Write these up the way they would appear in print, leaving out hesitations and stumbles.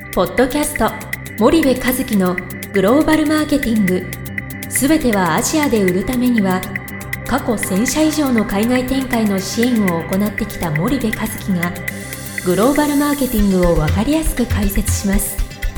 ポッドキャスト森部一樹のグローバルマーケティング、すべてはアジアで売るためには、過去1000社以上の海外展開の支援を行ってきた森部一樹がグローバルマーケティングを分かりやすく解説します。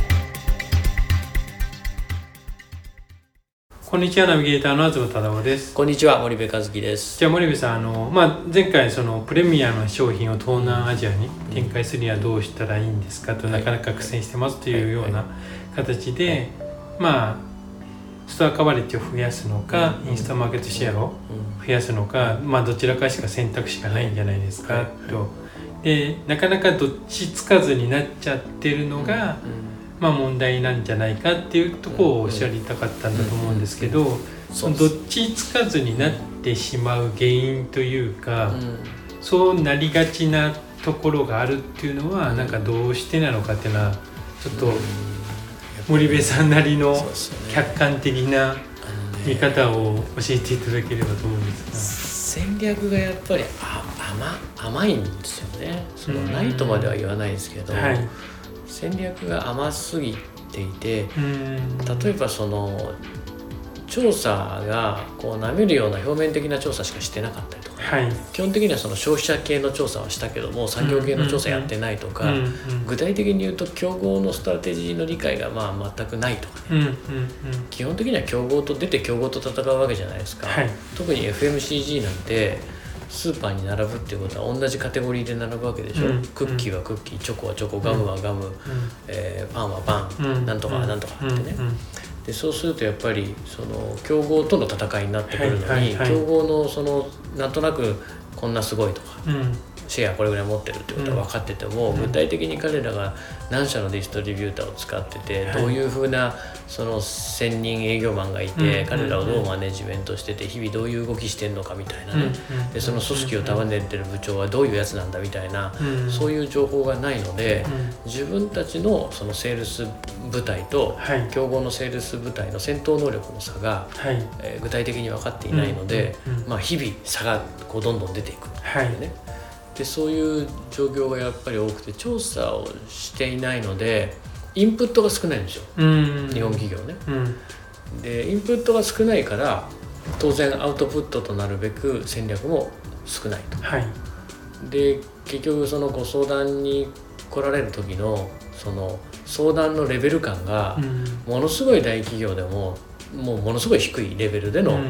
こんにちは、ナビゲーターの東忠夫です。 こんにちは、森部一樹です。 じゃあ森部さん、前回プレミアの商品を東南アジアに展開するにはどうしたらいいんですかと、なかなか苦戦してますというような形で、ストアカバレッジを増やすのか、インスタマーケットシェアを増やすのか、どちらかしか選択肢がないんじゃないですかと。で、なかなかどっちつかずになっちゃってるのが、問題なんじゃないかっていうところをおっしゃりたかったんだと思うんですけど、どっちつかずになってしまう原因というか、そうなりがちなところがあるっていうのは、なんかどうしてなのかっていうのはちょっと森部さんなりの客観的な見方を教えていただければと思うんですが、戦略がやっぱり甘いんですよね。ないとまでは言わないですけど、戦略が甘すぎていて、例えば調査が舐めるような表面的な調査しかしてなかったりとか、基本的には消費者系の調査はしたけども産業系の調査やってないとか、具体的に言うと競合のストラテジーの理解が全くないとかね、基本的には競合と戦うわけじゃないですか。特に FMCG なんてスーパーに並ぶっていうことは同じカテゴリーで並ぶわけでしょ。クッキーはクッキー、チョコはチョコ、ガムはガム、パンはパン、なんとかはなんとかってね。でそうするとやっぱり競合との戦いになってくるのに、競合のなんとなくこんなすごいとか、シェアこれぐらい持ってるってことは分かってても、具体的に彼らが何社のディストリビューターを使ってて、どういうふうな専任営業マンがいて、彼らをどうマネジメントしてて、日々どういう動きしてんのかみたいなね、でその組織を束ねてる部長はどういうやつなんだみたいな、そういう情報がないので、自分たちのセールス部隊と競合のセールス部隊の戦闘能力の差が、具体的に分かっていないので、日々差がどんどん出ていくっていうね。でそういう状況がやっぱり多くて、調査をしていないのでインプットが少ないんですよ、日本企業ね。でインプットが少ないから当然アウトプットとなるべく戦略も少ないと。で結局ご相談に来られる時の相談のレベル感が、ものすごい大企業でもものすごい低いレベルでの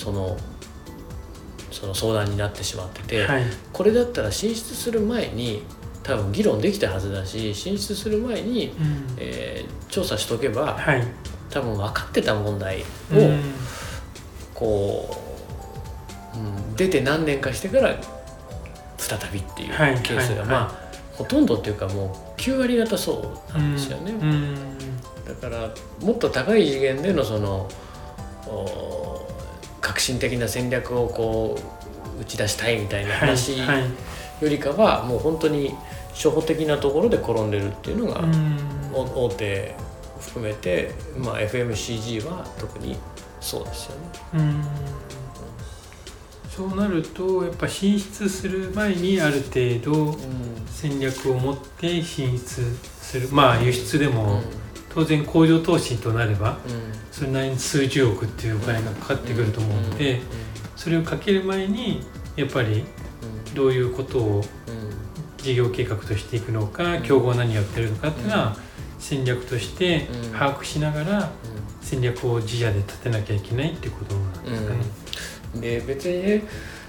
相談になってしまってて、これだったら進出する前に多分議論できたはずだし、進出する前に、調査しとけば、多分分かってた問題を出て何年かしてから再びっていうケースがほとんどっていうかもう9割方そうなんですよね。だからもっと高い次元での革新的な戦略を打ち出したいみたいな話よりかは、もう本当に初歩的なところで転んでるっていうのが大手含めて、FMCG は特にそうですよね。 そうなるとやっぱ進出する前にある程度戦略を持って進出する、輸出でも当然工場投資となれば、それなりに数十億っていうお金がかかってくると思うので、それをかける前にやっぱりどういうことを事業計画としていくのか、競合は何やってるのかっていうのは戦略として把握しながら戦略を自社で立てなきゃいけないってことなんですかね。 で別にね、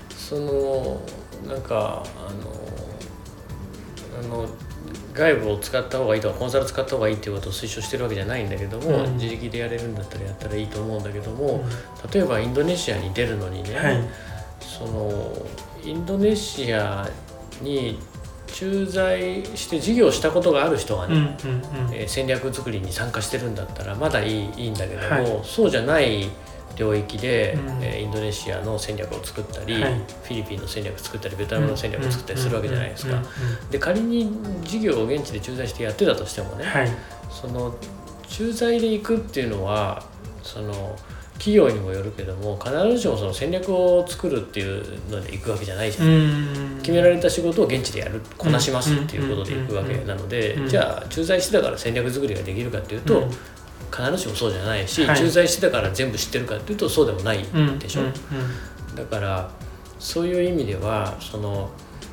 外部を使った方がいいとかコンサル使った方がいいっていうことを推奨してるわけじゃないんだけども、自力でやれるんだったらやったらいいと思うんだけども、例えばインドネシアに出るのにね、インドネシアに駐在して事業したことがある人がね、戦略作りに参加してるんだったらまだいいんだけども、そうじゃない領域で、インドネシアの戦略を作ったり、フィリピンの戦略作ったり、ベトナムの戦略を作ったりするわけじゃないですか。で仮に事業を現地で駐在してやってたとしてもね、駐在で行くっていうのは企業にもよるけども、必ずしもその戦略を作るっていうので行くわけじゃないじゃん。決められた仕事を現地でやる、こなしますっていうことで行くわけなので、じゃあ駐在してたから戦略作りができるかっていうと、必ずしもそうじゃないし、駐在してたから全部知ってるかっていうとそうでもないでしょ。だからそういう意味ではその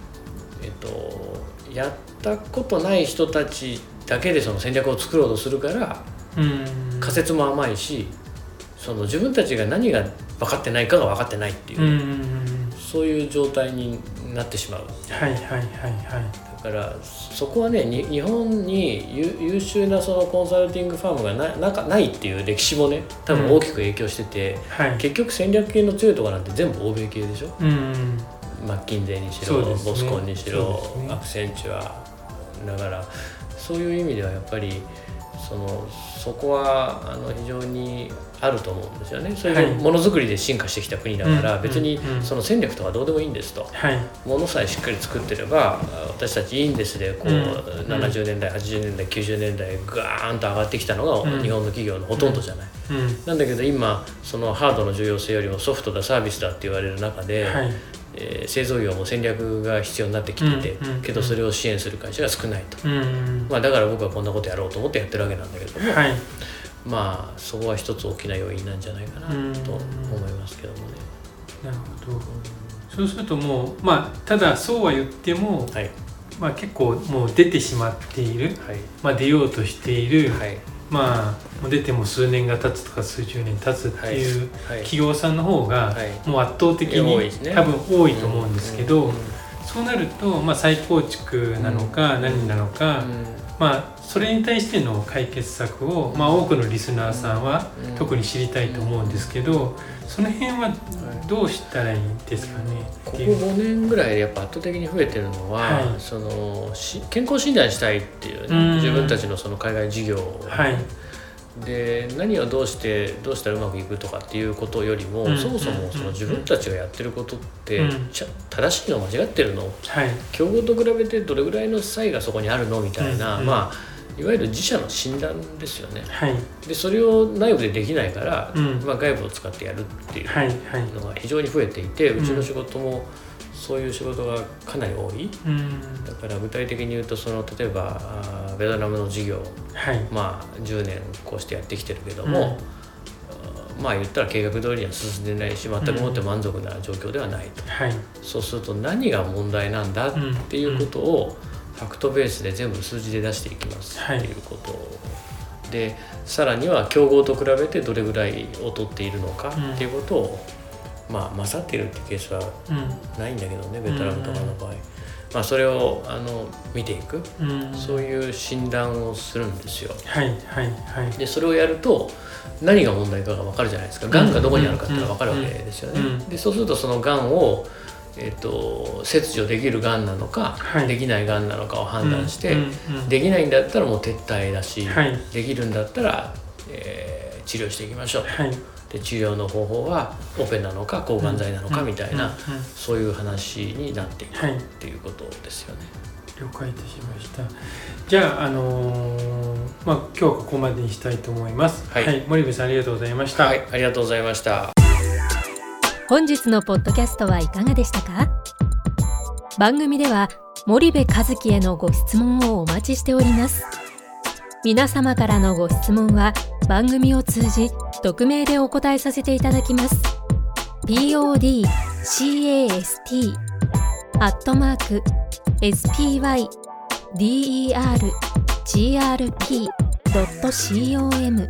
やったことない人たちだけでその戦略を作ろうとするから仮説も甘いし、その自分たちが何が分かってないかが分かってないっていう、そういう状態になってしまう。だからそこはね、日本に優秀なそのコンサルティングファームがないっていう歴史もね、多分大きく影響してて、結局戦略系の強いところなんて全部欧米系でしょ。マッキンゼーにしろ、ボスコンにしろ、アクセンチュアだから、そういう意味ではやっぱりそこは非常にあると思うんですよね。それでものづくりで進化してきた国だから、別にその戦略とかどうでもいいんですと、ものさえしっかり作ってれば、私たちインデスでこう70年代80年代90年代ガーンと上がってきたのが日本の企業のほとんどじゃない。なんだけど今そのハードの重要性よりもソフトだサービスだって言われる中で、製造業も戦略が必要になってきてて、けどそれを支援する会社が少ないと、だから僕はこんなことやろうと思ってやってるわけなんだけども、そこは一つ大きな要因なんじゃないかなと思いますけどもね。 なるほど。そうするともう、ただそうは言っても、結構もう出てしまっている、出ようとしている、出ても数年が経つとか数十年経つっていう企業さんの方がもう圧倒的に多分多いと思うんですけど、そうなると再構築なのか何なのか、それに対しての解決策を多くのリスナーさんは特に知りたいと思うんですけど、その辺はどうしたらいいんですかね。 ここ5年ぐらいでやっぱ圧倒的に増えてるのは、その健康診断したいっていう、自分たちのその海外事業で何をどうしたらうまくいくとかっていうことよりも、そもそもその自分たちがやってることって正しいの間違ってるの、競合と比べてどれぐらいの差異がそこにあるのみたいな、いわゆる自社の診断ですよね。でそれを内部でできないから、外部を使ってやるっていうのが非常に増えていて、うちの仕事もそういう仕事がかなり多い。だから具体的に言うと例えばベトナムの事業、10年こうしてやってきてるけども、言ったら計画通りには進んでないし、全くもって満足な状況ではないと、そうすると何が問題なんだっていうことをファクトベースで全部数字で出していきますっていうことで、さらには競合と比べてどれぐらい劣っているのかっていうことを、勝っているってケースはないんだけどね、ベトナムとかの場合、それを見ていく、そういう診断をするんですよ。でそれをやると何が問題かが分かるじゃないですか。がんがどこにあるかっていうのが分かるわけですよね。でそうするとそのがんを切除できるがんなのか、できないがんなのかを判断して、できないんだったらもう撤退だし、できるんだったら、治療していきましょう、で治療の方法はオペなのか抗がん剤なのかみたいな、そういう話になっていくっていうことですよね。 了解いたしました。じゃあ、今日はここまでにしたいと思います。森部さんありがとうございました。 ありがとうございました。 本日のポッドキャストはいかがでしたか？番組では森部一樹へのご質問をお待ちしております。皆様からのご質問は番組を通じ匿名でお答えさせていただきます。podcast@spydergrp.com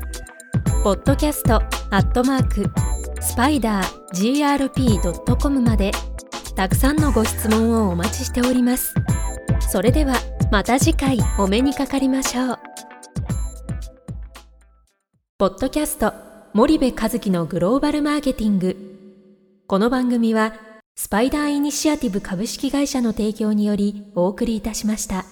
podcast@spidergrp.com までたくさんのご質問をお待ちしております。それではまた次回お目にかかりましょう。ポッドキャスト森部一樹のグローバルマーケティング。この番組はスパイダーイニシアティブ株式会社の提供によりお送りいたしました。